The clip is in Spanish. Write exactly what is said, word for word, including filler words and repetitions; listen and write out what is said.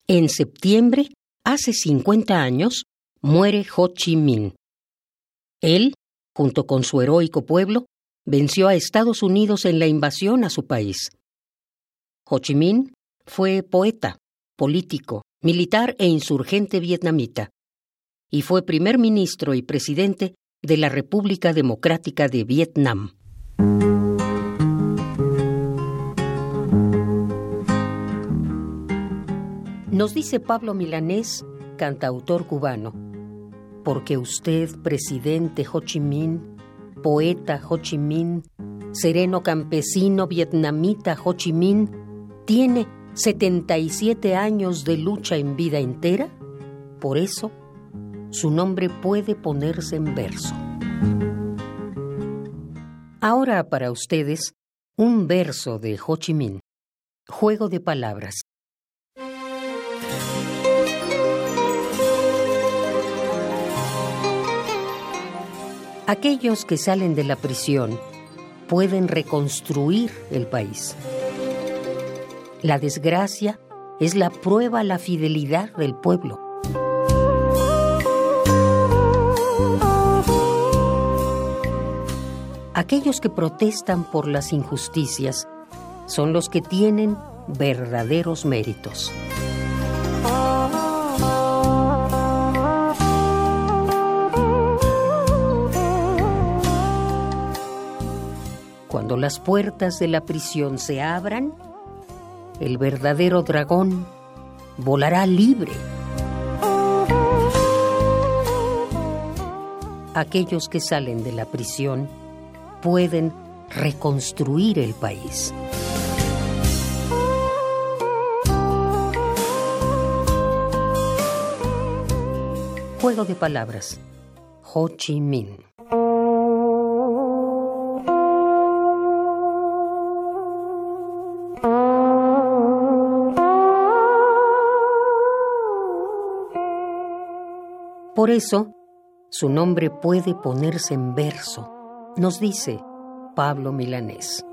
En septiembre, hace cincuenta años, muere Ho Chi Minh. Él, junto con su heroico pueblo, venció a Estados Unidos en la invasión a su país. Ho Chi Minh fue poeta, político, militar e insurgente vietnamita, y fue primer ministro y presidente de la República Democrática de Vietnam. Nos dice Pablo Milanés, cantautor cubano: porque usted, presidente Ho Chi Minh, poeta Ho Chi Minh, sereno campesino vietnamita Ho Chi Minh, tiene setenta y siete años de lucha en vida entera, por eso su nombre puede ponerse en verso. Ahora para ustedes, un verso de Ho Chi Minh. Juego de palabras. Aquellos que salen de la prisión pueden reconstruir el país. La desgracia es la prueba a la fidelidad del pueblo. Aquellos que protestan por las injusticias son los que tienen verdaderos méritos. Cuando las puertas de la prisión se abran, el verdadero dragón volará libre. Aquellos que salen de la prisión pueden reconstruir el país. Juego de palabras. Ho Chi Minh. Por eso, su nombre puede ponerse en verso, nos dice Pablo Milanés.